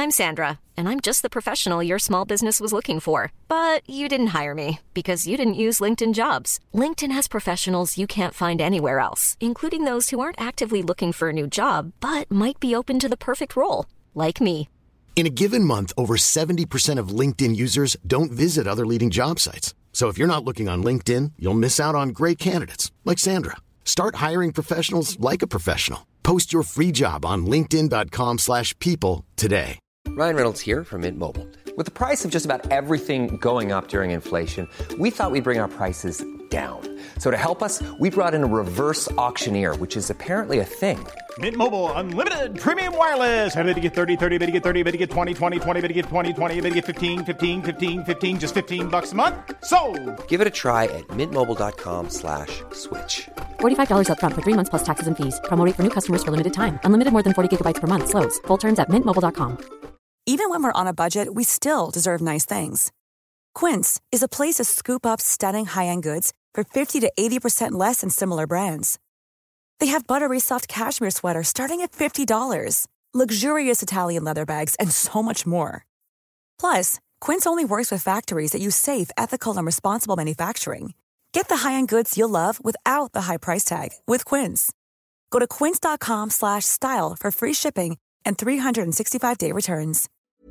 I'm Sandra, and I'm just the professional your small business was looking for. But you didn't hire me because you didn't use LinkedIn Jobs. LinkedIn has professionals you can't find anywhere else, including those who aren't actively looking for a new job, but might be open to the perfect role, like me. In a given month, over 70% of LinkedIn users don't visit other leading job sites. So if you're not looking on LinkedIn, you'll miss out on great candidates like Sandra. Start hiring professionals like a professional. Post your free job on linkedin.com/people today. Ryan Reynolds here from Mint Mobile. With the price of just about everything going up during inflation, we thought we'd bring our prices down. So to help us, we brought in a reverse auctioneer, which is apparently a thing. Mint Mobile Unlimited Premium Wireless. How to get 30, 30, bit to get 30, bit to get 20, 20, 20, bit to get 20, 20, bit to get 15, 15, 15, 15, just $15 a month? Sold! Give it a try at mintmobile.com/switch. $45 up front for 3 months plus taxes and fees. Promo rate for new customers for limited time. Unlimited more than 40 gigabytes per month. Slows full terms at mintmobile.com. Even when we're on a budget, we still deserve nice things. Quince is a place to scoop up stunning high-end goods for 50 to 80% less than similar brands. They have buttery soft cashmere sweaters starting at $50, luxurious Italian leather bags, and so much more. Plus, Quince only works with factories that use safe, ethical, and responsible manufacturing. Get the high-end goods you'll love without the high price tag with Quince. Go to quince.com/style for free shipping and 365-day returns.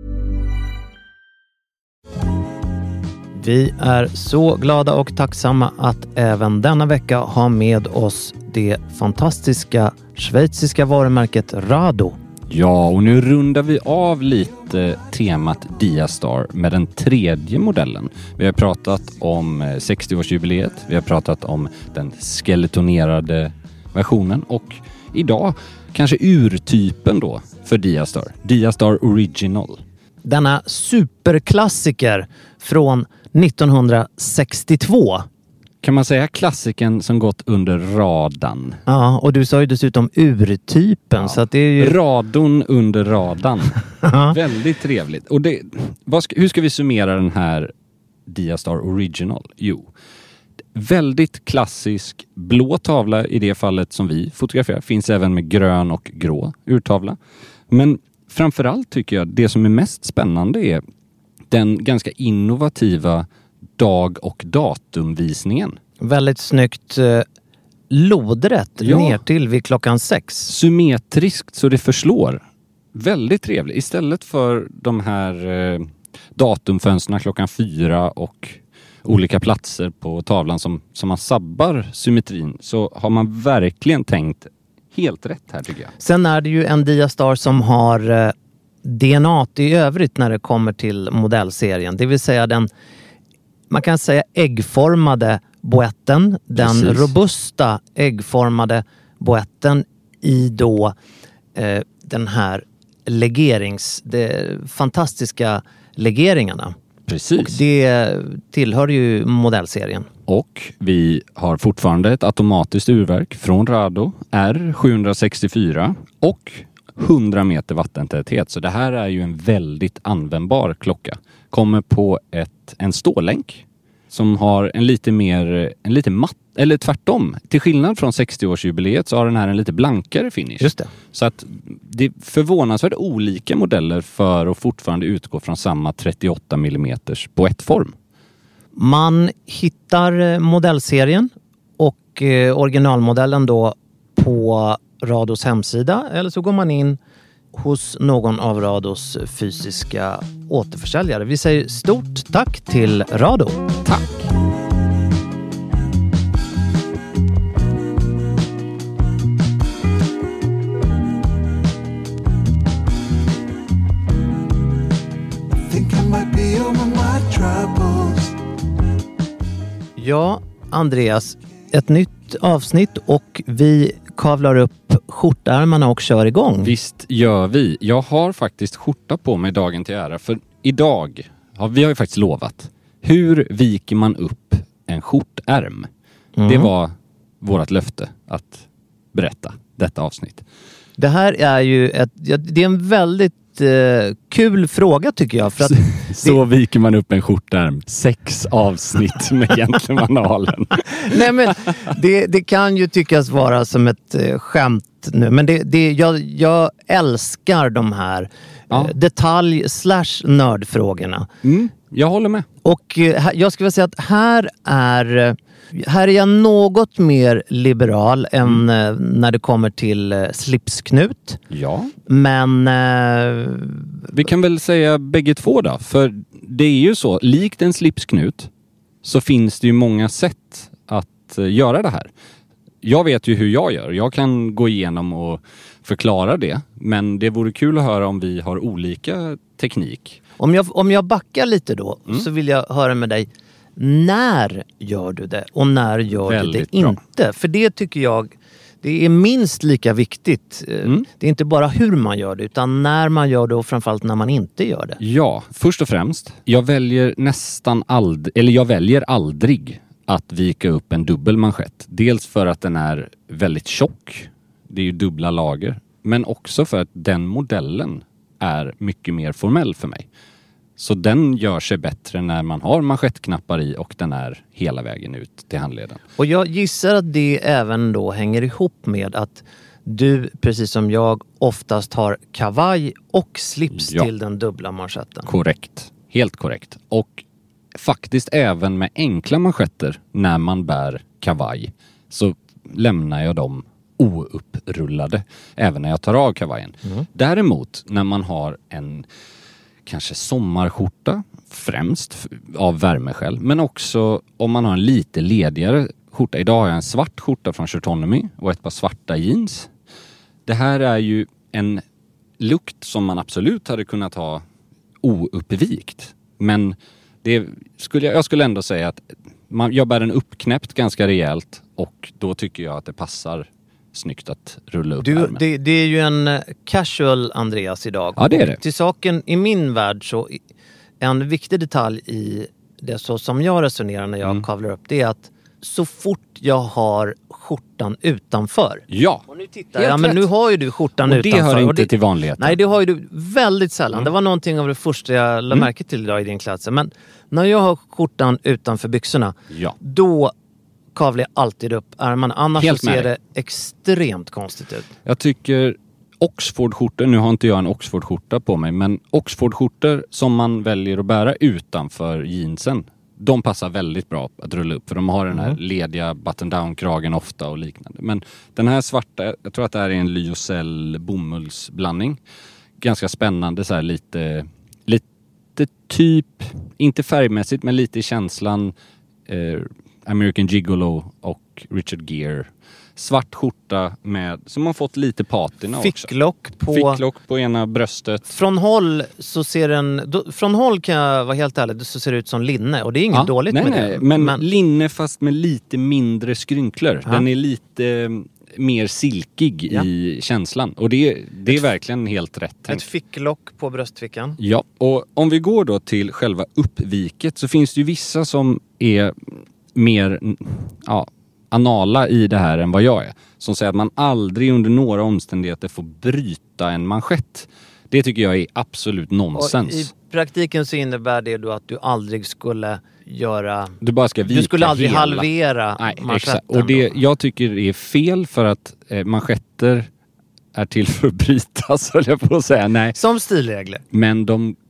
Vi är så glada och tacksamma att även denna vecka ha med oss det fantastiska schweiziska varumärket Rado. Ja, och nu rundar vi av lite temat Diastar med den tredje modellen. Vi har pratat om 60-årsjubileet, vi har pratat om den skeletonerade versionen och idag kanske urtypen då för Diastar. Diastar Original. Denna superklassiker från 1962. Kan man säga klassiken som gått under radarn? Ja, och du sa ju dessutom urtypen. Ja. Så att det är ju... Radon under radarn. Väldigt trevligt. Och hur ska vi summera den här Diastar Original? Jo, väldigt klassisk blå tavla i det fallet som vi fotograferar. Finns även med grön och grå urtavla. Men framförallt tycker jag det som är mest spännande är den ganska innovativa dag- och datumvisningen. Väldigt snyggt lodrätt ner till vid klockan 6. Symmetriskt så det förslår. Väldigt trevligt. Istället för de här datumfönsterna klockan 4 och olika platser på tavlan som man sabbar symmetrin, så har man verkligen tänkt helt rätt här tycker jag. Sen är det ju en Diastar som har DNA i övrigt när det kommer till modellserien. Det vill säga den, man kan säga äggformade boetten, den robusta äggformade boetten i då den här de fantastiska legeringarna. Precis. Och det tillhör ju modellserien. Och vi har fortfarande ett automatiskt urverk från Rado R764 och 100 meter vattentäthet. Så det här är ju en väldigt användbar klocka. Kommer på en stålänk som har en lite matt, eller tvärtom. Till skillnad från 60-årsjubileet så har den här en lite blankare finish. Just det. Så att det är förvånansvärt olika modeller för att fortfarande utgå från samma 38 mm boettform. Man hittar modellserien och originalmodellen då på Rados hemsida, eller så går man in hos någon av Rados fysiska återförsäljare. Vi säger stort tack till Rado. Tack! Ja, Andreas, ett nytt avsnitt och vi kavlar upp skjortärmarna och kör igång. Visst gör vi. Jag har faktiskt skjorta på mig dagen till ära, för idag vi har ju faktiskt lovat. Hur viker man upp en skjortärm? Det var vårt löfte att berätta detta avsnitt. Det här är ju det är en väldigt kul fråga tycker jag. För att så viker man upp en skjortärm. 6 avsnitt med gentlemanalen. Nej, men det kan ju tyckas vara som ett skämt nu. Men jag älskar de här detalj / nördfrågorna. Jag håller med. Och jag skulle vilja säga att här är jag något mer liberal än när det kommer till slipsknut. Ja. Men... Vi kan väl säga bägge två då. För det är ju så, likt en slipsknut så finns det ju många sätt att göra det här. Jag vet ju hur jag gör. Jag kan gå igenom och förklara det. Men det vore kul att höra om vi har olika teknik. Om jag backar lite då så vill jag höra med dig. När gör du det och när gör Väldigt du det bra. inte? För det tycker jag, det är minst lika viktigt. Det är inte bara hur man gör det utan när man gör det och framförallt när man inte gör det. Ja, först och främst. Jag väljer aldrig att vika upp en dubbel manschett. Dels för att den är väldigt tjock. Det är ju dubbla lager. Men också för att den modellen är mycket mer formell för mig. Så den gör sig bättre när man har manschettknappar i och den är hela vägen ut till handleden. Och jag gissar att det även då hänger ihop med att du, precis som jag, oftast har kavaj och slips till den dubbla manschetten. Korrekt. Helt korrekt. Och faktiskt även med enkla manschetter när man bär kavaj så lämnar jag dem oupprullade även när jag tar av kavajen. Däremot när man har en kanske sommarskjorta främst av värmeskäl, men också om man har en lite ledigare skjorta. Idag har jag en svart skjorta från Shirtonomy och ett par svarta jeans. Det här är ju en lukt som man absolut hade kunnat ha ouppvikt. Men jag skulle ändå säga att jag bär den uppknäppt ganska rejält och då tycker jag att det passar snyggt att rulla upp ärmen. Det är ju en casual Andreas idag. Ja, det är det. Till saken i min värld så en viktig detalj i det så som jag resonerar när jag kavlar upp det är att så fort jag har skjortan utanför. Ja. Och nu tittar jag, men nu har ju du skjortan och utanför. Det hör inte till vanligheten. Nej, det har ju du väldigt sällan. Det var någonting av det första jag lade märke till idag i din klädsel. Men när jag har skjortan utanför byxorna, då kavlar jag alltid upp ärmarna. Annars så ser det extremt konstigt ut. Jag tycker Oxford-skjortor, nu har inte jag en Oxford-skjorta på mig, men Oxford-skjortor som man väljer att bära utanför jeansen, de passar väldigt bra att rulla upp för de har den här lediga button-down-kragen ofta och liknande. Men den här svarta, jag tror att det här är en lyocell bomullsblandning. Ganska spännande, så här lite typ, inte färgmässigt men lite i känslan American Gigolo och Richard Gere. Svart skjorta med, som har fått lite patina också. Ficklock på ena bröstet. Från håll så ser från håll kan jag vara helt ärlig, så ser det ut som linne och det är inget dåligt med det. Men linne fast med lite mindre skrynkler. Den är lite mer silkig i känslan. Och det är verkligen helt rätt tänkt. Ett ficklock på bröstfickan. Ja, och om vi går då till själva uppviket så finns det ju vissa som är mer anala i det här än vad jag är. Som säger att man aldrig under några omständigheter får bryta en manschett. Det tycker jag är absolut nonsens. Och i praktiken så innebär det då att du aldrig skulle göra... Du bara ska vika. Du skulle aldrig halvera manschetten. Exakt. Och jag tycker det är fel för att manschetter är till för att brytas, höll jag på att säga. Nej. Som stilregler. Men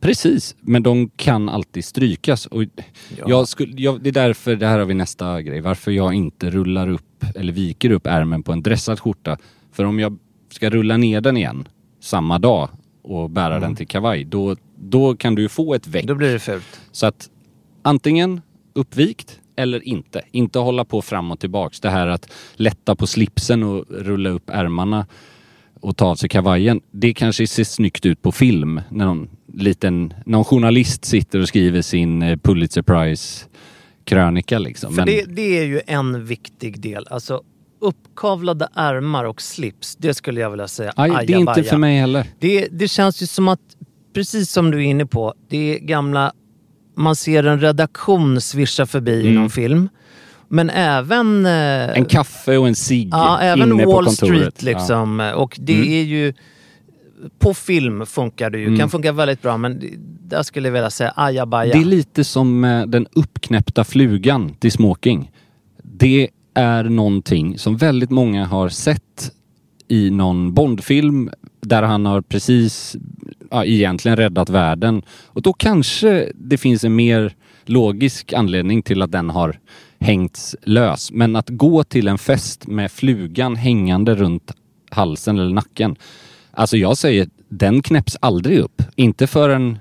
de kan alltid strykas. Och det är därför, det här har vi nästa grej, varför jag inte rullar upp eller viker upp ärmen på en dressad skjorta. För om jag ska rulla ner den igen samma dag och bära den till kavaj, då kan du få ett väck. Då blir det fult. Så att antingen uppvikt eller inte. Inte hålla på fram och tillbaks. Det här att lätta på slipsen och rulla upp ärmarna och ta av sig kavajen. Det kanske ser snyggt ut på film när någon journalist sitter och skriver sin Pulitzer Prize-krönika liksom. För det är ju en viktig del. Alltså uppkavlade ärmar och slips, det skulle jag vilja säga. Det är inte för mig heller. Det känns ju som att, precis som du är inne på, det är gamla, man ser en redaktion svischa förbi i någon film. Men även... en kaffe och en cigg även inne Wall på kontoret. Street liksom. Ja. Och det är ju... På film funkar det ju. Kan funka väldigt bra, men där skulle jag vilja säga ajabaja. Det är lite som den uppknäppta flugan till smoking. Det är någonting som väldigt många har sett i någon Bondfilm där han har precis egentligen räddat världen. Och då kanske det finns en mer logisk anledning till att den har hängts lös. Men att gå till en fest med flugan hängande runt halsen eller nacken. Alltså jag säger, den knäpps aldrig upp. Inte förrän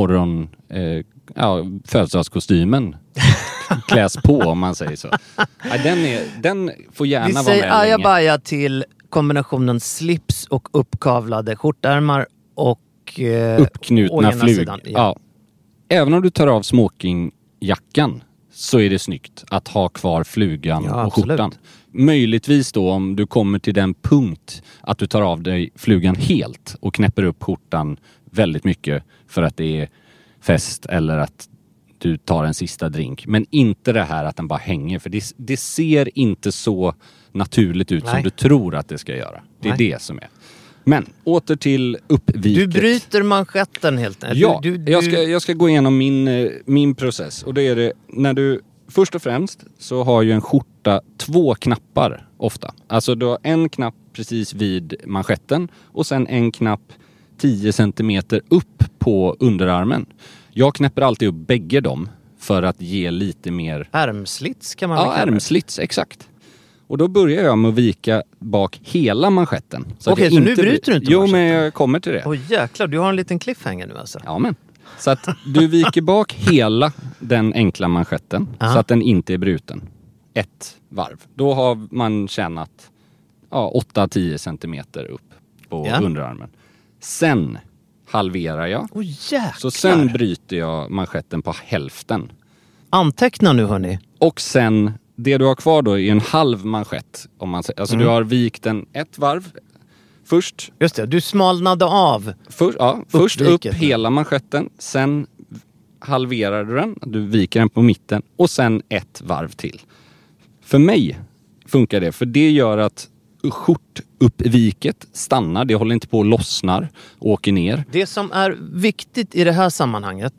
födelsedagskostymen kläs på, om man säger så. Den får gärna vara med länge. Vi säger ajabaja till kombinationen slips och uppkavlade skjortärmar och uppknutna flugor. Ja. Även om du tar av smokingjackan så är det snyggt att ha kvar flugan och skjortan. Möjligtvis då om du kommer till den punkt att du tar av dig flugan helt och knäpper upp skjortan väldigt mycket för att det är fest eller att du tar en sista drink. Men inte det här att den bara hänger. För det ser inte så naturligt ut som du tror att det ska göra. Det är det som är. Men åter till uppviket. Du bryter manschetten helt enkelt. Ja, jag ska gå igenom min process. Och det är det, när du först och främst så har ju en skjorta 2 knappar ofta. Alltså du har en knapp precis vid manschetten och sen en knapp 10 centimeter upp på underarmen. Jag knäpper alltid upp bägge dem för att ge lite mer... Ärmslits kan man väl kalla det? Ja, ärmslits, exakt. Och då börjar jag med att vika bak hela manschetten. Okej, så nu bryter du inte Jo, manschetten? men jag kommer till det. Jäklar, du har en liten cliffhanger nu alltså. Ja, men. Så att du viker bak hela den enkla manschetten så att den inte är bruten. 1 varv. Då har man tjänat 8-10 centimeter upp på underarmen. Sen halverar jag. Så sen bryter jag manschetten på hälften. Anteckna nu, hörni. Och sen, det du har kvar då är en halv manschett. Om man säger. Alltså du har vikt den 1 varv. Först. Just det, du smalnade av. Först upp hela manschetten. Sen halverar du den. Du viker den på mitten. Och sen 1 varv till. För mig funkar det. För det gör att skjortuppviket stannar. Det håller inte på att lossnar och åker ner. Det som är viktigt i det här sammanhanget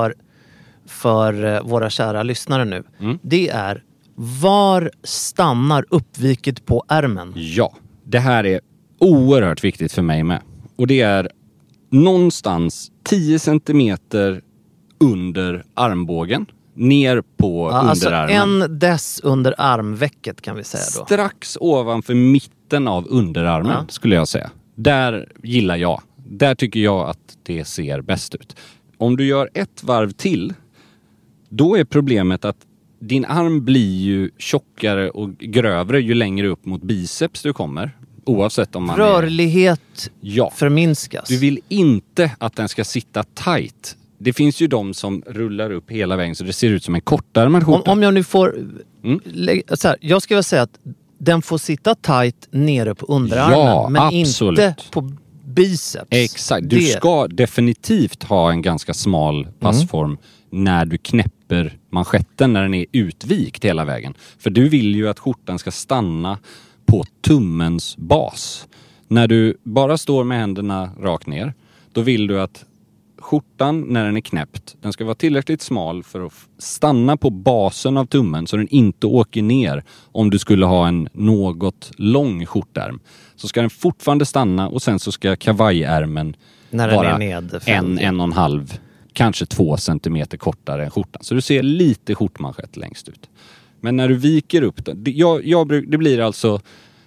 för våra kära lyssnare nu, det är: var stannar uppviket på ärmen? Ja, det här är oerhört viktigt för mig med. Och det är någonstans 10 centimeter under armbågen. Ner på underarmen. Alltså en dess under armvecket kan vi säga då. Strax ovanför mitten av underarmen skulle jag säga. Där gillar jag. Där tycker jag att det ser bäst ut. Om du gör 1 varv till, då är problemet att din arm blir ju tjockare och grövre ju längre upp mot biceps du kommer. Oavsett om man rörlighet förminskas. Du vill inte att den ska sitta tight. Det finns ju de som rullar upp hela vägen så det ser ut som en kortärmad skjorta. Om jag nu får... så här, jag ska väl säga att den får sitta tight nere på underarmen. Men absolut. Inte på biceps. Exakt. Du ska definitivt ha en ganska smal passform när du knäpper manschetten när den är utvikt hela vägen. För du vill ju att skjortan ska stanna på tummens bas. När du bara står med händerna rakt ner, då vill du att skjortan, när den är knäppt, den ska vara tillräckligt smal för att stanna på basen av tummen så den inte åker ner. Om du skulle ha en något lång skjortärm så ska den fortfarande stanna och sen så ska kavajärmen vara 1,5, kanske 2 centimeter kortare än skjortan. Så du ser lite skjortmanschett längst ut. Men när du viker upp den, det blir alltså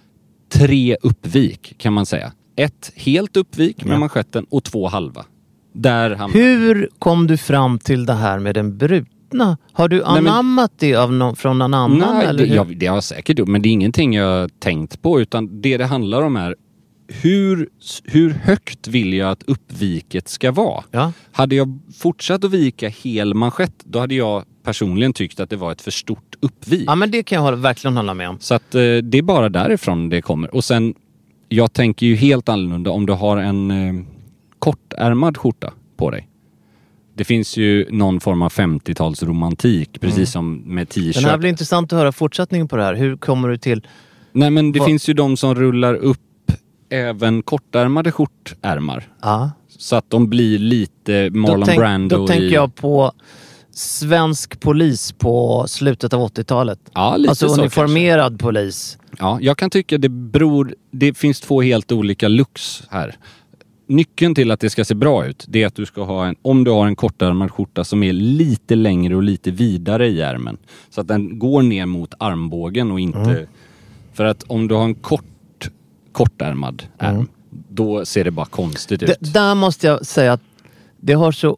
3 uppvik kan man säga. 1 helt uppvik med manschetten och 2 halva. Hur kom du fram till det här med den brutna? Har du anammat det från någon annan? Nej, eller det har jag säkert gjort, men det är ingenting jag tänkt på. Utan det handlar om är hur högt vill jag att uppviket ska vara? Ja. Hade jag fortsatt att vika hel manschett, då hade jag personligen tyckt att det var ett för stort uppvik. Ja, men det kan jag verkligen hålla med om. Så att det är bara därifrån det kommer. Och sen, jag tänker ju helt annorlunda om du har en kortärmad skjorta på dig. Det finns ju någon form av 50-talsromantik, precis som med t-shirt. Den här blir intressant att höra fortsättningen på det här. Hur kommer du till... Nej, men det finns ju de som rullar upp även kortärmade skjortärmar. Ja. Så att de blir lite Marlon Brando. Då tänker jag på svensk polis på slutet av 80-talet. Ja, lite alltså så uniformerad kanske. Polis. Ja, jag kan tycka det finns 2 helt olika looks här. nyckeln till att det ska se bra ut, det är att du ska ha om du har en kortärmad skjorta som är lite längre och lite vidare i ärmen. Så att den går ner mot armbågen och inte... För att om du har en kortärmad ärm, då ser det bara konstigt ut. Där måste jag säga att det har så...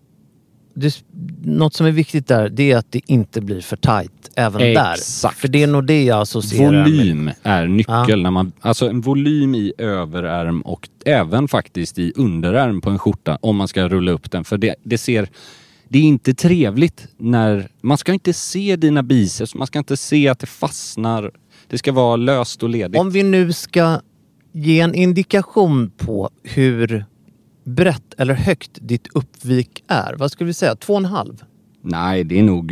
något som är viktigt där, det är att det inte blir för tajt även Exakt. där. För det är nog det jag associerar volym med. är nyckel. När man, alltså en volym i överärm och även faktiskt i underärm på en skjorta om man ska rulla upp den. För det är inte trevligt när... Man ska inte se dina biceps, man ska inte se att det fastnar. Det ska vara löst och ledigt. Om vi nu ska ge en indikation på hur brett eller högt ditt uppvik är. Vad skulle vi säga? 2,5? Nej, det är nog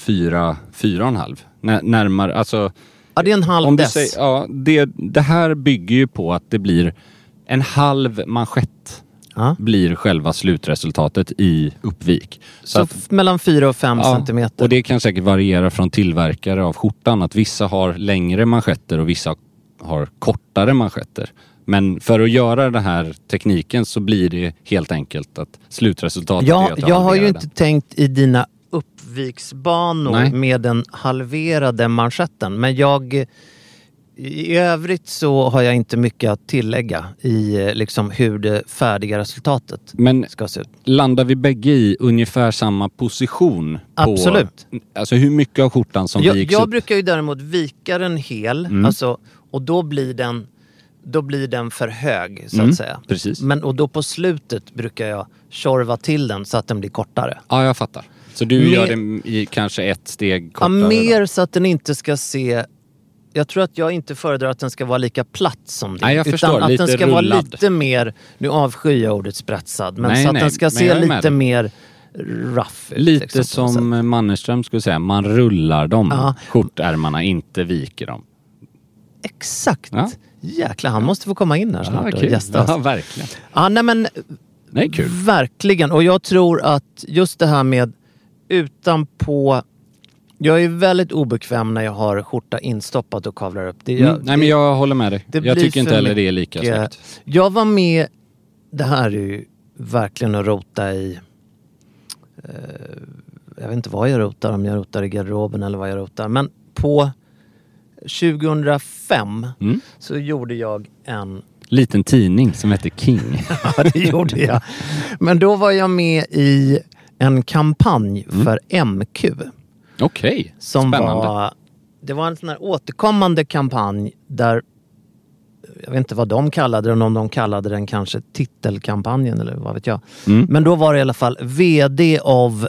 4,5. Närmare, alltså... Ja, det är en halv om du dess. säger, ja, det här bygger ju på att det blir en halv manschett blir själva slutresultatet i uppvik. Så mellan 4 och 5 centimeter. Och det kan säkert variera från tillverkare av skjortan. Att vissa har längre manschetter och vissa har kortare manschetter. Men för att göra den här tekniken så blir det helt enkelt att slutresultatet är att jag har ju inte tänkt i dina uppviksbanor med den halverade manschetten. Men i övrigt så har jag inte mycket att tillägga i liksom hur det färdiga resultatet ska se ut. Landar vi bägge i ungefär samma position? Absolut. Alltså hur mycket av skjortan som viks upp? Jag brukar ju däremot vika den hel. Alltså, och då blir den för hög så att säga. Precis. Och då på slutet brukar jag tjorva till den så att den blir kortare. Ja, jag fattar. Så du gör den i kanske ett steg kortare? Ja, mer så att den inte ska se... Jag tror att jag inte föredrar att den ska vara lika platt som det. Nej, jag förstår. Utan att lite den ska rullad. Vara lite mer... Nu avskyr jag ordet sprätsad. Men så att den ska se lite mer rough ut. Lite liksom, som Mannerström skulle säga. Man rullar dem. Skjortärmarna, inte viker dem. Exakt. Ja. Jäklar, han måste få komma in här snart och gästa oss. Ja, verkligen. Ja, nej men... Det är kul. Verkligen. Och jag tror att just det här med utanpå... Jag är väldigt obekväm när jag har skjorta instoppat och kavlar upp. Nej, men jag håller med dig. Jag tycker inte heller det är lika snyggt. Jag var med... Det här är ju verkligen att rota i... jag vet inte vad jag rotar. Om jag rotar i garderoben eller vad jag rotar. Men på 2005 så gjorde jag en... liten tidning som heter King. Ja, det gjorde jag. Men då var jag med i en kampanj för MQ. Okej, spännande. Det var en sån här återkommande kampanj där, jag vet inte vad de kallade den, om de kallade den kanske titelkampanjen eller vad vet jag. Men då var det i alla fall VD av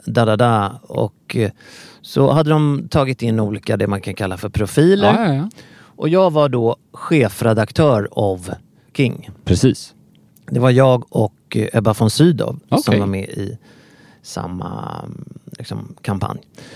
och så hade de tagit in olika, det man kan kalla för profiler. Ja. Och jag var då chefredaktör av King. Precis. Det var jag och Ebba von Sydow som var med i samma liksom, kampanj.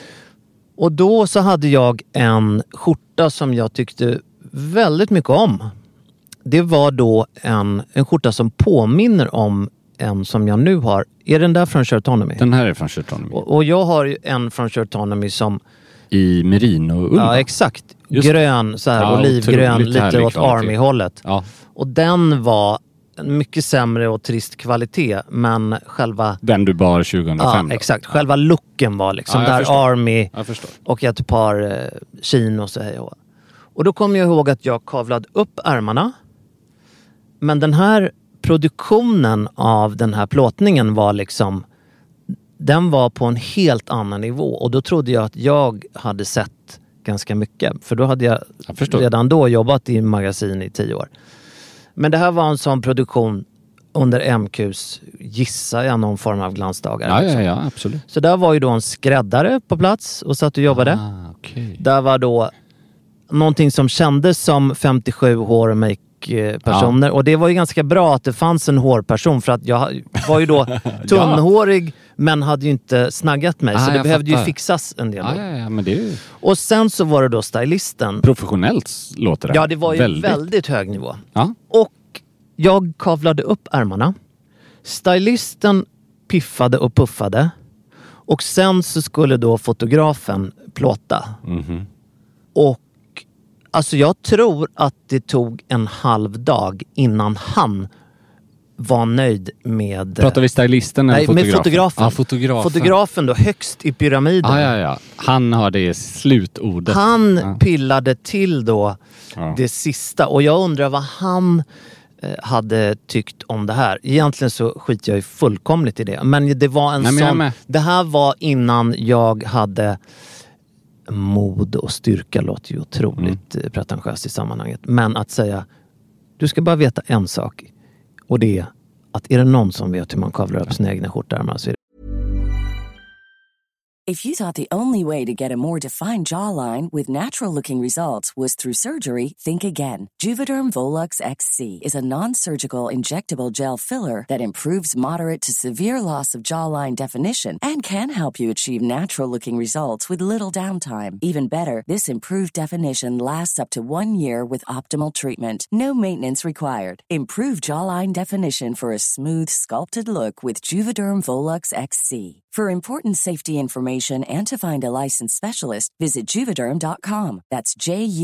Och då så hade jag en skjorta som jag tyckte väldigt mycket om. Det var då en skjorta som påminner om en som jag nu har. Är den där från Shirtonomy? Den här är från Shirtonomy. Och jag har ju en från Shirtonomy som... I merino-ull. Ja, exakt. Just grön, så här, olivgrön, lite åt Army-hållet. Ja. Och den var en mycket sämre och trist kvalitet, men själva... Den du bar 2005. Ja, exakt. Själva looken var liksom där förstår. Army och ett par chinos och då kom jag ihåg att jag kavlade upp ärmarna. Men den här produktionen av den här plåtningen var liksom... Den var på en helt annan nivå. Och då trodde jag att jag hade sett ganska mycket. För då hade jag redan då jobbat i magasin i 10 år. Men det här var en sån produktion under MQs, gissar jag, någon form av glansdagar. Ja, absolut. Så där var ju då en skräddare på plats och satt och jobbade. Okay. Där var då någonting som kändes som 57 hår och make-personer. Och det var ju ganska bra att det fanns en hårperson, för att jag var ju då tunnhårig men hade ju inte snaggat mig. Så det behövde ju fixas en del. Ja, men det är ju... Och sen så var det då stylisten. Professionellt låter det. Ja, det var ju väldigt hög nivå. Ja. Och jag kavlade upp ärmarna. Stylisten piffade och puffade. Och sen så skulle då fotografen plåta. Mm-hmm. Och alltså jag tror att det tog en halv dag innan han var nöjd med... Pratar vi stylisten eller fotografen? Med fotografen. Ja, fotografen. Fotografen då, högst i pyramiden. Ja. Han har det slutordet. Han pillade till då det sista. Och jag undrar vad han hade tyckt om det här. Egentligen så skiter jag ju fullkomligt i det. Men det var det här var innan jag hade mod och styrka, låter ju otroligt pretentiöst i sammanhanget. Men att säga, du ska bara veta en sak. Och det är att är det någon som vet hur man kavlar upp sina egna skjortärmar så är det... If you thought the only way to get a more defined jawline with natural-looking results was through surgery, think again. Juvederm Volux XC is a non-surgical injectable gel filler that improves moderate to severe loss of jawline definition and can help you achieve natural-looking results with little downtime. Even better, this improved definition lasts up to 1 year with optimal treatment. No maintenance required. Improve jawline definition for a smooth, sculpted look with Juvederm Volux XC. For important safety information and to find a licensed specialist, visit Juvederm.com. That's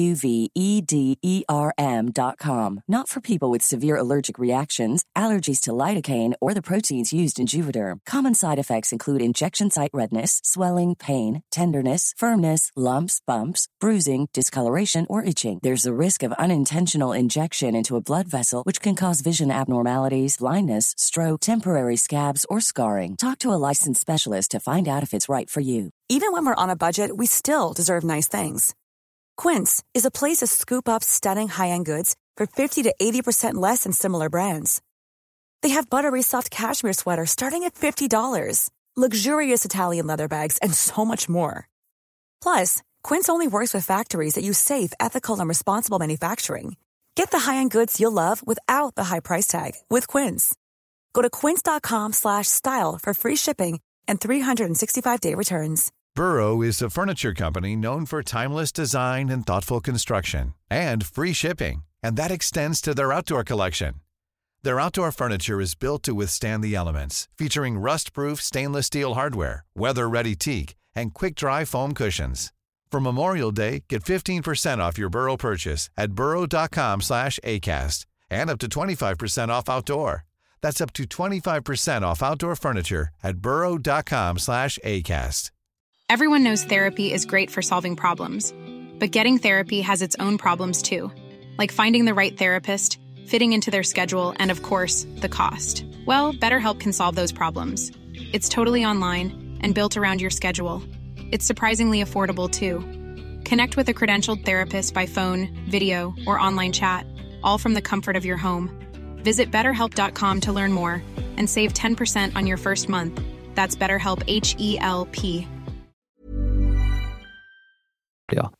JUVEDERM.com. Not for people with severe allergic reactions, allergies to lidocaine, or the proteins used in Juvederm. Common side effects include injection site redness, swelling, pain, tenderness, firmness, lumps, bumps, bruising, discoloration, or itching. There's a risk of unintentional injection into a blood vessel, which can cause vision abnormalities, blindness, stroke, temporary scabs, or scarring. Talk to a licensed specialist to find out if it's right for you. Even when we're on a budget, we still deserve nice things. Quince is a place to scoop up stunning high-end goods for 50 to 80% less than similar brands. They have buttery soft cashmere sweaters starting at $50, luxurious Italian leather bags, and so much more. Plus, Quince only works with factories that use safe, ethical, and responsible manufacturing. Get the high-end goods you'll love without the high price tag with Quince. Go to quince.com/style for free shipping and 365-day returns. Burrow is a furniture company known for timeless design and thoughtful construction, and free shipping, and that extends to their outdoor collection. Their outdoor furniture is built to withstand the elements, featuring rust-proof stainless steel hardware, weather-ready teak, and quick-dry foam cushions. For Memorial Day, get 15% off your Burrow purchase at burrow.com/acast, and up to 25% off outdoor. That's up to 25% off outdoor furniture at burrow.com/acast. Everyone knows therapy is great for solving problems, but getting therapy has its own problems too, like finding the right therapist, fitting into their schedule, and of course, the cost. Well, BetterHelp can solve those problems. It's totally online and built around your schedule. It's surprisingly affordable too. Connect with a credentialed therapist by phone, video, or online chat, all from the comfort of your home. Visit BetterHelp.com to learn more and save 10% on your first month. That's BetterHelp, H-E-L-P. Ja.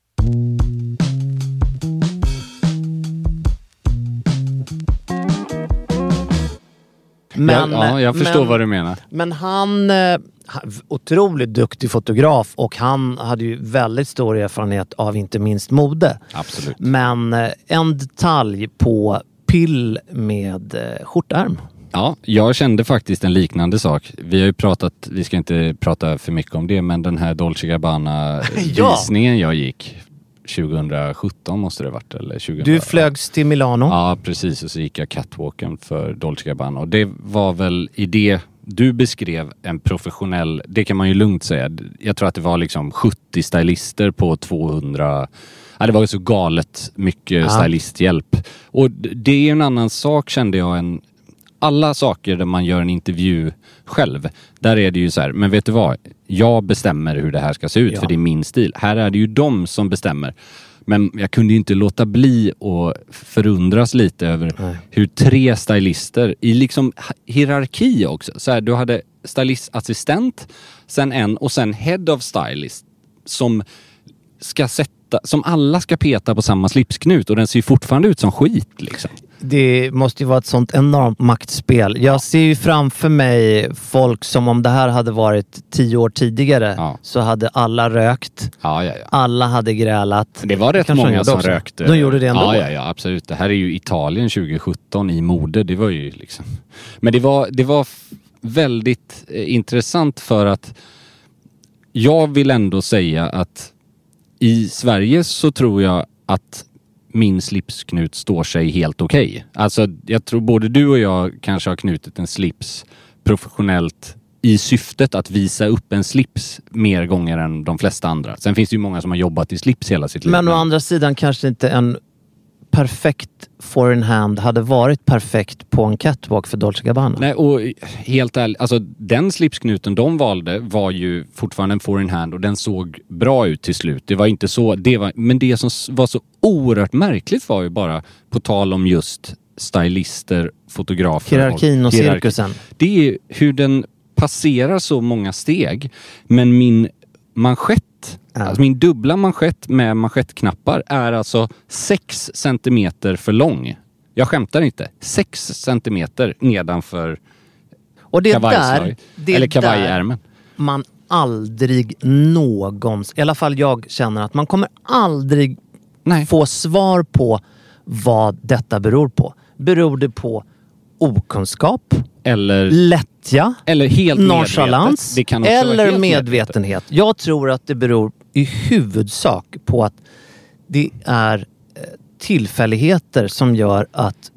Men, jag förstår vad du menar. Men han otroligt duktig fotograf och han hade ju väldigt stor erfarenhet av inte minst mode. Absolut. Men en detalj på pill med skjortärm. Ja, jag kände faktiskt en liknande sak. Vi har ju pratat, vi ska inte prata för mycket om det, men den här Dolce Gabbana visningen jag gick 2017 måste det varit, eller 2000. Du flögs till Milano. Ja, precis, och så gick jag catwalken för Dolce Gabbana och det var väl i det du beskrev en professionell, det kan man ju lugnt säga. Jag tror att det var liksom 70 stylister på 200. Ja, det var så galet mycket stylisthjälp. Och det är ju en annan sak kände jag än alla saker där man gör en intervju själv. Där är det ju så här, men vet du vad? Jag bestämmer hur det här ska se ut för det är min stil. Här är det ju de som bestämmer. Men jag kunde ju inte låta bli och förundras lite över hur 3 stylister i liksom hierarki också. Så här, du hade stylistassistent, sen en och sen head of stylist som ska som alla ska peta på samma slipsknut och den ser ju fortfarande ut som skit liksom. Det måste ju vara ett sånt enormt maktspel. Jag ser ju framför mig folk som om det här hade varit 10 år tidigare så hade alla rökt. Ja. Alla hade grälat. Det var rätt många som rökte. De gjorde det ändå. Ja, absolut. Det här är ju Italien 2017 i mode. Det var ju liksom... Men det var väldigt intressant för att jag vill ändå säga att i Sverige så tror jag att min slipsknut står sig helt okej. Alltså jag tror både du och jag kanske har knutit en slips professionellt i syftet att visa upp en slips mer gånger än de flesta andra. Sen finns det ju många som har jobbat i slips hela sitt liv. Men å andra sidan kanske inte en perfekt foreign hand hade varit perfekt på en catwalk för Dolce & Gabbana. Nej, och helt ärligt, alltså den slipsknuten de valde var ju fortfarande en foreign hand och den såg bra ut till slut. Det var inte så, men det som var så oerhört märkligt var ju bara på tal om just stylister, fotografer. Hierarkin och cirkusen. Det är hur den passerar så många steg, men min manschett, alltså min dubbla manschett med manschettknappar är alltså 6 centimeter för lång. Jag skämtar inte. 6 centimeter nedanför kavajslaget. Eller kavajärmen. Man aldrig någons, i alla fall jag känner att man kommer aldrig få svar på vad detta beror på. Beror det på okunskap? Eller lättja? Eller helt nonchalans? Det kan också eller vara helt medvetenhet? Jag tror att det beror i huvudsak på att det är tillfälligheter som gör att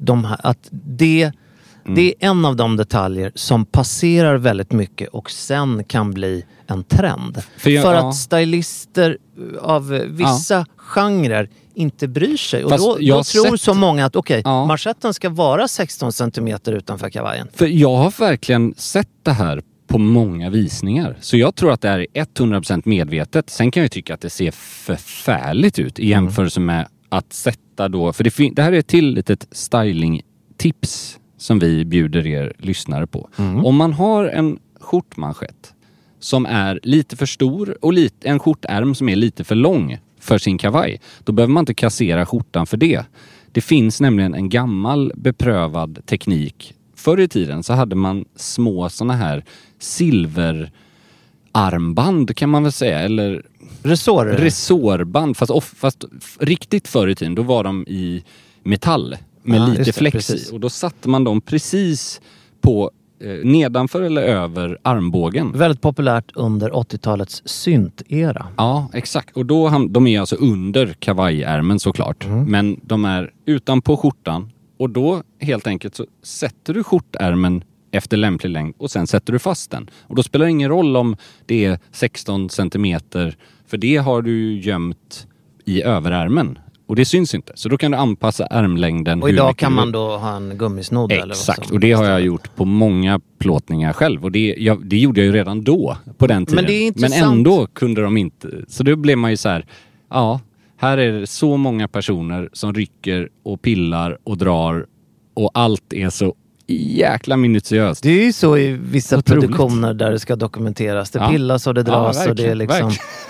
det är en av de detaljer som passerar väldigt mycket och sen kan bli en trend. För att stylister av vissa genrer inte bryr sig. Och då tror så många att manschetten ska vara 16 centimeter utanför kavajen. För jag har verkligen sett det här på många visningar. Så jag tror att det är 100% medvetet. Sen kan jag tycka att det ser förfärligt ut i jämförelse med att sätta då... För det här är ett till litet styling-tips som vi bjuder er lyssnare på. Om man har en skjortmanschett som är lite för stor och en skjortärm som är lite för lång för sin kavaj, då behöver man inte kassera skjortan för det. Det finns nämligen en gammal beprövad teknik. Förr i tiden så hade man små såna här silverarmband kan man väl säga, eller resårband, fast riktigt förr i tiden då var de i metall med lite flex i. Och då satte man dem precis på nedanför eller över armbågen. Väldigt populärt under 80-talets syntera. Ja, exakt. Och då de är alltså under kavajärmen såklart. Men de är utanpå skjortan. Och då helt enkelt så sätter du skjortärmen efter lämplig längd och sen sätter du fast den. Och då spelar det ingen roll om det är 16 centimeter, för det har du gömt i överärmen. Och det syns inte. Så då kan du anpassa ärmlängden. Och idag kan man då ha en gummisnodd. Exakt. Och det har jag gjort på många plåtningar själv. Och det gjorde jag ju redan då, på den tiden. Men det är intressant. Men ändå kunde de inte. Så då blev man ju så här, ja, här är det så många personer som rycker och pillar och drar. Och allt är så jäkla minutiöst. Det är ju så i vissa produktioner där det ska dokumenteras. Det pillas och det dras och det är liksom...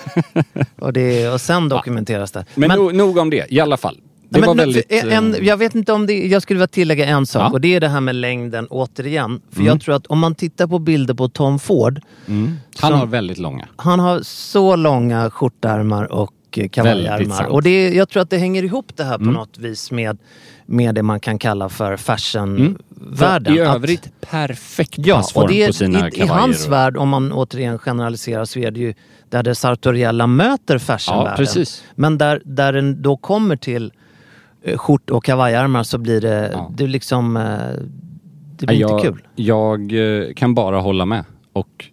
och sen dokumenteras det. Men nog om det, i alla fall. Det var väldigt... jag vet inte om det... Jag skulle vilja tillägga en sak och det är det här med längden återigen. För jag tror att om man tittar på bilder på Tom Ford... Han har väldigt långa. Han har så långa skjortärmar och kavajärmar. Och jag tror att det hänger ihop det här på något vis med det man kan kalla för fashionvärlden. I övrigt perfekt passform på sina kavajer. I hans värld, om man återigen generaliserar, så är det ju där det sartoriella möter fashionvärlden. Ja, precis. Men där den då kommer till skjort- och kavajärmar så blir det liksom det blir inte kul. Jag kan bara hålla med. Och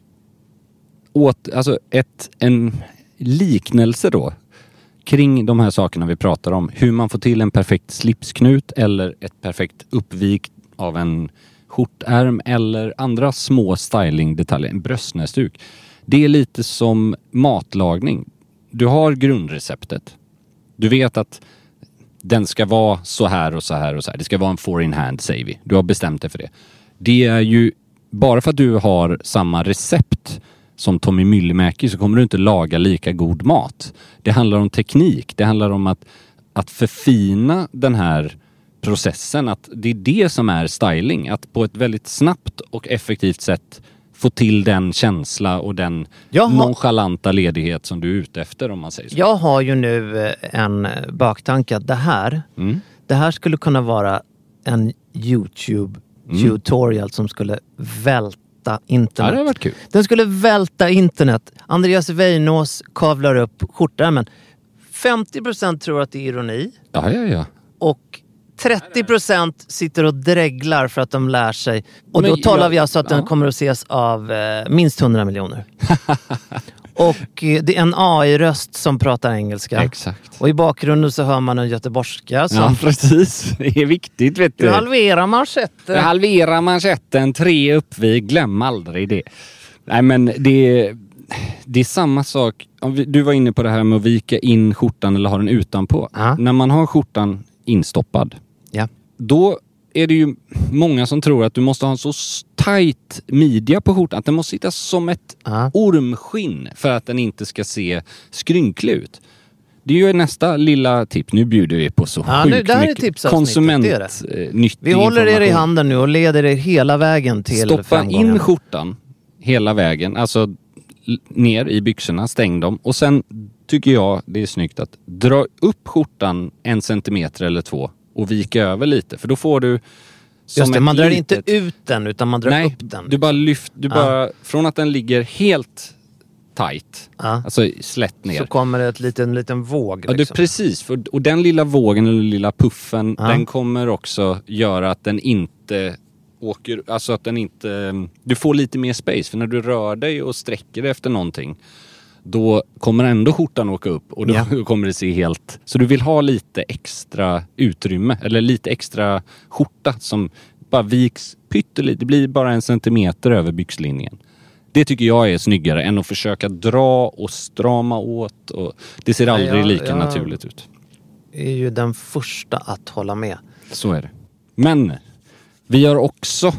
alltså en liknelse då kring de här sakerna vi pratar om. Hur man får till en perfekt slipsknut eller ett perfekt uppvik av en skjortärm eller andra små stylingdetaljer. En bröstnäsduk. Det är lite som matlagning. Du har grundreceptet. Du vet att den ska vara så här och så här och så här. Det ska vara en four-in hand, säger vi. Du har bestämt dig för det. Det är ju bara för att du har samma recept som Tommy Myllymäki så kommer du inte laga lika god mat. Det handlar om teknik. Det handlar om att förfina den här processen. Att det är det som är styling. Att på ett väldigt snabbt och effektivt sätt få till den känsla och den nonchalanta ledighet som du är ute efter, om man säger så. Jag har ju nu en baktanke att det här skulle kunna vara en YouTube-tutorial som skulle välta internet. Ja, det har varit kul. Den skulle välta internet. Andreas Weinås kavlar upp skjortärmen. 50% tror att det är ironi. Ja. Och 30% sitter och dreglar för att de lär sig. Och då talar vi alltså att den kommer att ses av minst 100 miljoner. Och det är en AI-röst som pratar engelska. Exakt. Och i bakgrunden så hör man en göteborgska som... Ja, precis. Det är viktigt, vet du. Du halverar manschetten. 3 uppvig. Glöm aldrig det. Nej, men det är samma sak. Du var inne på det här med att vika in skjortan eller ha den utanpå. När man har skjortan instoppad. Ja. Då är det ju många som tror att du måste ha en så tight midja på skjortan. Att den måste sitta som ett ormskinn för att den inte ska se skrynklig ut. Det är ju nästa lilla tips. Nu bjuder vi på så sjukt mycket konsumentnyttig. Vi håller er i handen nu och leder er hela vägen till Stoppa in skjortan hela vägen. Alltså ner i byxorna, stäng dem. Och sen tycker jag det är snyggt att dra upp skjortan 1 centimeter eller 2 och vika över lite. För då får du just det, man drar inte ut den utan man drar upp den. Du bara bara från att den ligger helt tight, alltså slätt ner. Så kommer det en liten våg. Ja, liksom. Precis. Och den lilla vågen eller lilla puffen, den kommer också göra att den inte åker, alltså att den inte, du får lite mer space. För när du rör dig och sträcker dig efter någonting, då kommer ändå skjortan åka upp och då kommer det se helt... Så du vill ha lite extra utrymme eller lite extra skjorta som bara viks pyttelite. Det blir bara 1 centimeter över byxlinjen. Det tycker jag är snyggare än att försöka dra och strama åt. Och det ser aldrig lika naturligt ut. Jag är ju den första att hålla med. Så är det. Men vi har också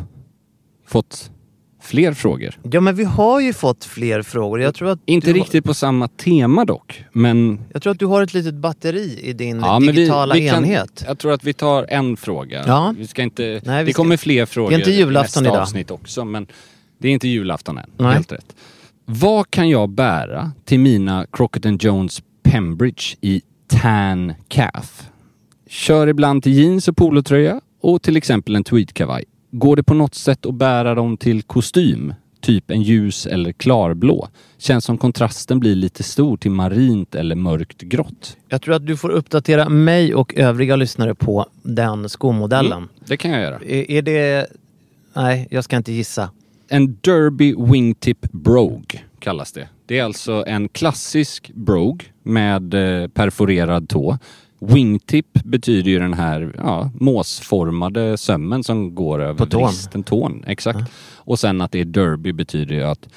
fått fler frågor. Ja, men vi har ju fått fler frågor. Jag tror att inte riktigt på samma tema dock, men... Jag tror att du har ett litet batteri i din digitala enhet. Jag tror att vi tar en fråga. Ja. Vi ska inte... Nej, det kommer fler frågor. Det är inte julafton nästa idag. Avsnitt också, men det är inte julafton än. Nej. Helt rätt. Vad kan jag bära till mina Crockett & Jones Pembridge i tan calf? Kör ibland till jeans och polotröja och till exempel en tweedkavaj. Går det på något sätt att bära dem till kostym? Typ en ljus eller klarblå. Känns som kontrasten blir lite stor till marint eller mörkt grått. Jag tror att du får uppdatera mig och övriga lyssnare på den skomodellen. Det kan jag göra. Är det... Nej, jag ska inte gissa. En Derby Wingtip Brogue kallas det. Det är alltså en klassisk brogue med perforerad tå. Wingtip betyder ju den här måsformade sömmen som går över bristen, tån. Exakt. Ja. Och sen att det är derby betyder ju att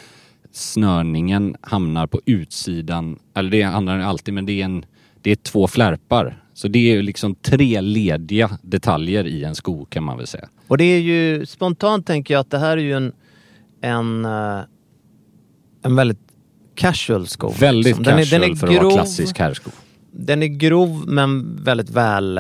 snörningen hamnar på utsidan. Eller det handlar alltid, men det är 2 flärpar. Så det är ju liksom 3 lediga detaljer i en sko kan man väl säga. Och det är ju, spontant tänker jag att det här är ju en väldigt casual sko. Väldigt liksom. Casual den är för grov, att vara klassisk herrsko. Den är grov men väldigt väl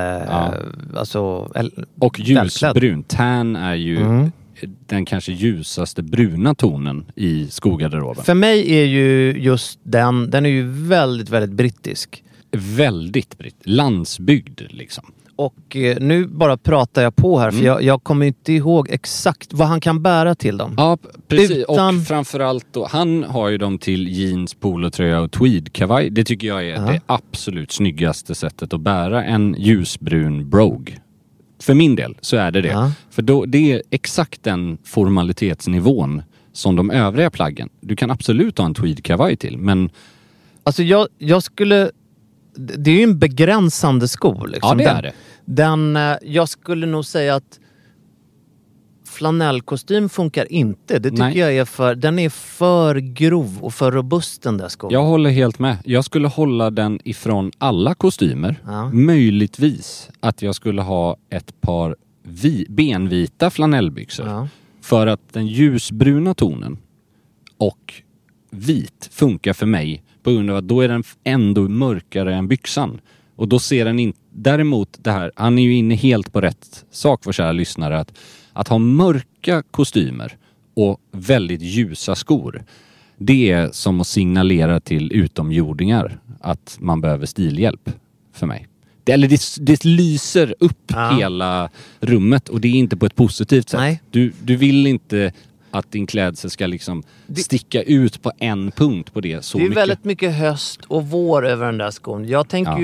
och ljusbrun. Tan är ju den kanske ljusaste bruna tonen i skogarderoben. För mig är ju just den är ju väldigt, väldigt brittisk. Väldigt landsbygd liksom. Och nu bara pratar jag på här för jag kommer inte ihåg exakt vad han kan bära till dem. Ja, precis. Och framförallt då, han har ju dem till jeans, polotröja och tweedkavaj. Det tycker jag är det absolut snyggaste sättet att bära en ljusbrun brogue. För min del så är det det. Ja. För då, det är exakt den formalitetsnivån som de övriga plaggen. Du kan absolut ha en tweedkavaj till, men... Alltså jag skulle... Det är ju en begränsande sko. Liksom. Ja, det är det. Jag skulle nog säga att flanellkostym funkar inte. Det tycker jag den är för grov och för robust den där skon. Jag håller helt med. Jag skulle hålla den ifrån alla kostymer. Ja. Möjligtvis att jag skulle ha ett par benvita flanellbyxor. Ja. För att den ljusbruna tonen och vit funkar för mig på grund av att då är den ändå mörkare än byxan. Och då ser den inte... Däremot det här, han är ju inne helt på rätt sak för kära lyssnare. Att ha mörka kostymer och väldigt ljusa skor. Det är som att signalera till utomjordingar att man behöver stilhjälp för mig. Det lyser upp hela rummet och det är inte på ett positivt sätt. Nej. Du vill inte att din klädsel ska liksom sticka ut på en punkt på det så mycket. Det är väldigt mycket höst och vår över den där skon. Jag tänker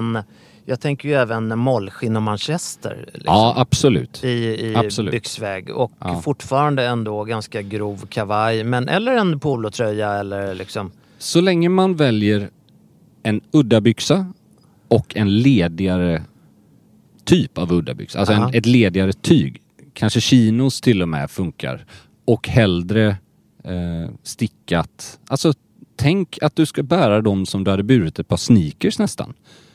ju även mollskinn och manchester. Liksom, ja, absolut. I byxväg. Och fortfarande ändå ganska grov kavaj. Men, eller en polotröja eller liksom... Så länge man väljer en udda byxa och en ledigare typ av udda byxa. Alltså ett ledigare tyg. Kanske chinos till och med funkar. Och hellre stickat. Alltså tänk att du ska bära dem som du hade burit ett par sneakers nästan.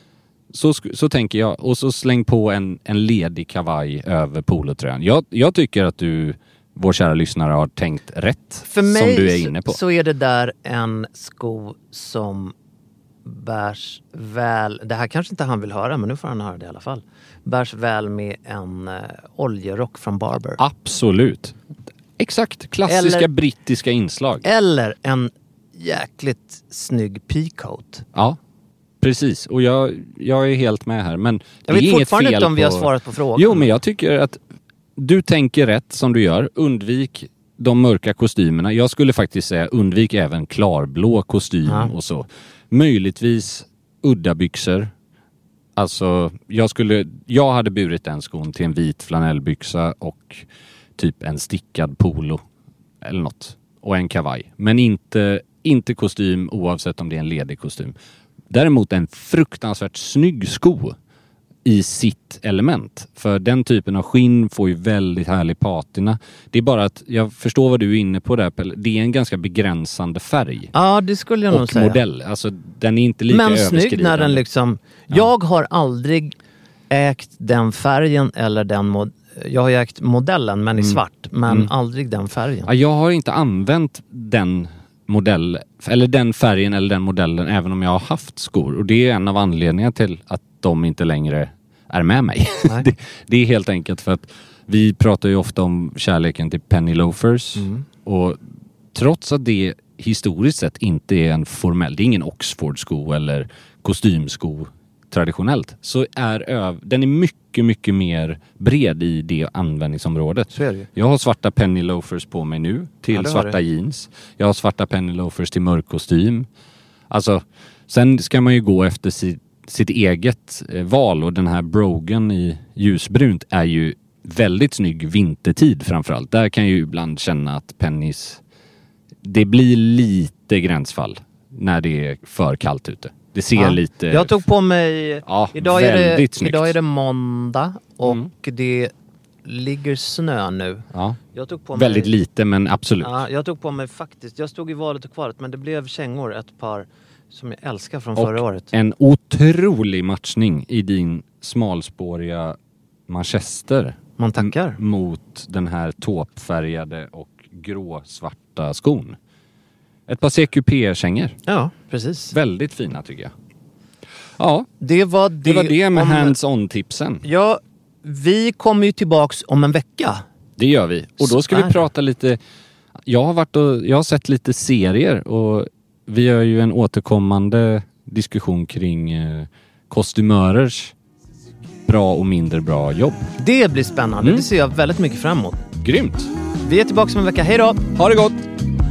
Så tänker jag. Och så släng på en ledig kavaj över polotröjan. Jag tycker att du, vår kära lyssnare, har tänkt rätt. För mig som du är inne på. Så är det där en sko som bärs väl. Det här kanske inte han vill höra, men nu får han höra det i alla fall. Bärs väl med en oljerock från Barber. Absolut. Exakt. Klassiska brittiska inslag. Eller en jäkligt snygg peacoat. Ja, precis. Och jag är helt med här. Men jag vet fortfarande inte om vi har svarat på frågan. Jo, men jag tycker att du tänker rätt som du gör. Undvik de mörka kostymerna. Jag skulle faktiskt säga undvik även klarblå kostym och så. Möjligtvis udda byxor. Alltså, jag hade burit den skon till en vit flanellbyxa och typ en stickad polo eller något. Och en kavaj. Men inte kostym oavsett om det är en ledig kostym. Däremot en fruktansvärt snygg sko i sitt element. För den typen av skinn får ju väldigt härlig patina. Det är bara att jag förstår vad du är inne på där, Pelle. Det är en ganska begränsande färg. Ja, det skulle jag nog säga. Och modell. Alltså, den är inte lika överskridande. Men snygg när den liksom... Ja. Jag har aldrig ägt den färgen eller jag har ägt modellen, men i svart. Men aldrig den färgen. Ja, jag har inte använt den den färgen eller den modellen även om jag har haft skor. Och det är en av anledningarna till att de inte längre är med mig. Det är helt enkelt för att vi pratar ju ofta om kärleken till penny loafers. Och trots att det historiskt sett inte är en formell, det är ingen Oxford-sko eller kostymsko traditionellt, så den är mycket, mycket mer bred i det användningsområdet. Så är det. Jag har svarta penny loafers på mig nu till svarta jeans. Jag har svarta penny loafers till mörk kostym. Alltså, sen ska man ju gå efter sitt eget val, och den här Brogan i ljusbrunt är ju väldigt snygg vintertid framförallt. Där kan jag ju ibland känna att pennys, det blir lite gränsfall när det är för kallt ute. Det ser lite... Jag tog på mig... idag är det måndag och det ligger snö nu. Ja. Jag tog på väldigt lite, men absolut. Ja, jag tog på mig faktiskt... Jag stod i valet och kvalet, men det blev kängor, ett par som jag älskar från förra året. En otrolig matchning i din smalspåriga manchester. Man tackar. Mot den här tåpfärgade och gråsvarta skon. Ett par CQP-kängor. Ja, precis. Väldigt fina tycker jag. Ja, det var det med hands-on-tipsen. Ja, vi kommer ju tillbaks om en vecka. Det gör vi. Och då ska vi prata lite... Jag har sett lite serier och vi gör ju en återkommande diskussion kring kostymörers bra och mindre bra jobb. Det blir spännande. Det ser jag väldigt mycket fram emot. Grymt. Vi är tillbaka om en vecka. Hej då! Ha det gott!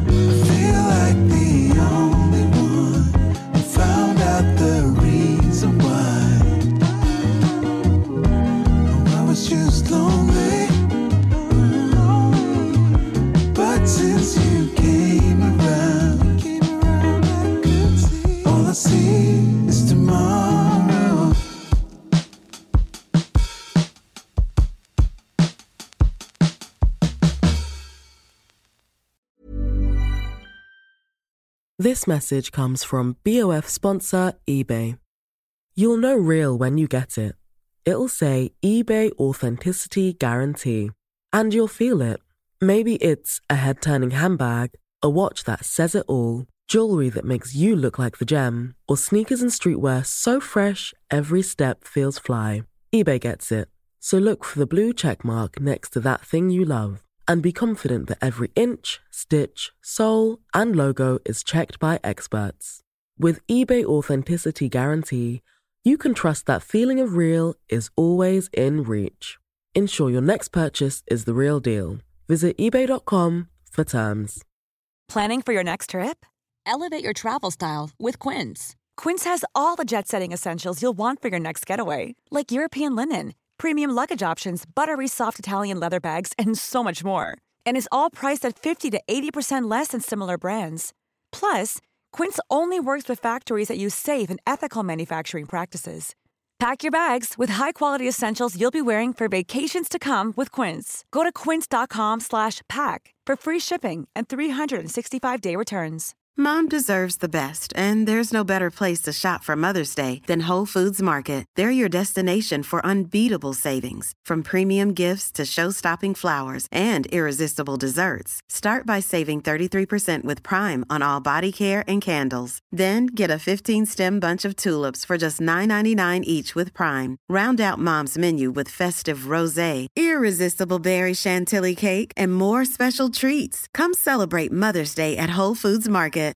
This message comes from BOF sponsor eBay. You'll know real when you get it. It'll say eBay Authenticity Guarantee. And you'll feel it. Maybe it's a head-turning handbag, a watch that says it all, jewelry that makes you look like the gem, or sneakers and streetwear so fresh every step feels fly. eBay gets it. So look for the blue check mark next to that thing you love. And be confident that every inch, stitch, sole, and logo is checked by experts. With eBay Authenticity Guarantee, you can trust that feeling of real is always in reach. Ensure your next purchase is the real deal. Visit ebay.com for terms. Planning for your next trip? Elevate your travel style with Quince. Quince has all the jet-setting essentials you'll want for your next getaway, like European linen, premium luggage options, buttery soft Italian leather bags, and so much more. And is all priced at 50 to 80% less than similar brands. Plus, Quince only works with factories that use safe and ethical manufacturing practices. Pack your bags with high-quality essentials you'll be wearing for vacations to come with Quince. Go to quince.com/pack for free shipping and 365-day returns. Mom deserves the best, and there's no better place to shop for Mother's Day than Whole Foods Market. They're your destination for unbeatable savings, from premium gifts to show-stopping flowers and irresistible desserts. Start by saving 33% with Prime on all body care and candles. Then get a 15-stem bunch of tulips for just $9.99 each with Prime. Round out Mom's menu with festive rosé, irresistible berry chantilly cake, and more special treats. Come celebrate Mother's Day at Whole Foods Market.